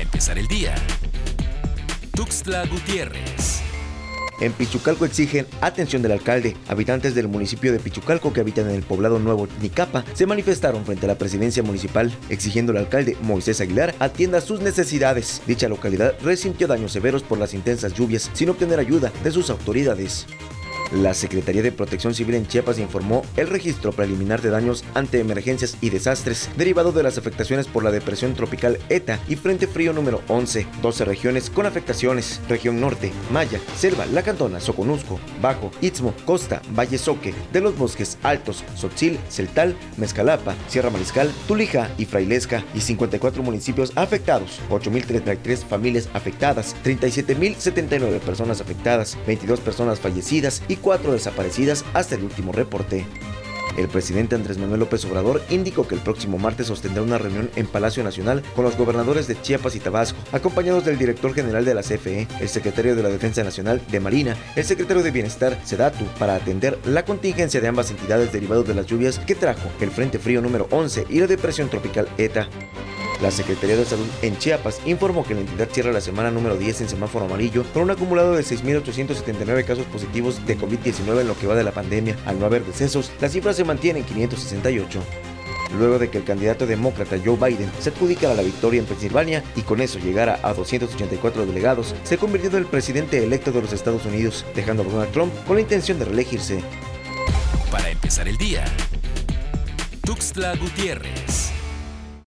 empezar el día. Tuxtla Gutiérrez. En Pichucalco exigen atención del alcalde. Habitantes del municipio de Pichucalco que habitan en el poblado Nuevo Nicapa se manifestaron frente a la presidencia municipal exigiendo al alcalde Moisés Aguilar atienda sus necesidades. Dicha localidad resintió daños severos por las intensas lluvias sin obtener ayuda de sus autoridades. La Secretaría de Protección Civil en Chiapas informó el registro preliminar de daños ante emergencias y desastres derivado de las afectaciones por la depresión tropical ETA y Frente Frío número 11. 12 regiones con afectaciones: región norte, Maya, Selva, La Cantona, Soconusco, Bajo, Istmo, Costa, Valle Soque, de los Bosques Altos, Tzotzil, Celtal, Mezcalapa, Sierra Mariscal, Tulija y Frailesca, y 54 municipios afectados, 8.033 familias afectadas, 37.079 personas afectadas, 22 personas fallecidas y 4 desaparecidas hasta el último reporte. El presidente Andrés Manuel López Obrador indicó que el próximo martes sostendrá una reunión en Palacio Nacional con los gobernadores de Chiapas y Tabasco, acompañados del director general de la CFE, el secretario de la Defensa Nacional de Marina, el secretario de Bienestar, SEDATU, para atender la contingencia de ambas entidades derivados de las lluvias que trajo el Frente Frío número 11 y la depresión tropical ETA. La Secretaría de Salud en Chiapas informó que la entidad cierra la semana número 10 en semáforo amarillo con un acumulado de 6.879 casos positivos de COVID-19 en lo que va de la pandemia. Al no haber decesos, la cifra se mantiene en 568. Luego de que el candidato demócrata Joe Biden se adjudicara la victoria en Pensilvania y con eso llegara a 284 delegados, se convirtió en el presidente electo de los Estados Unidos, dejando a Donald Trump con la intención de reelegirse. Para empezar el día, Tuxtla Gutiérrez.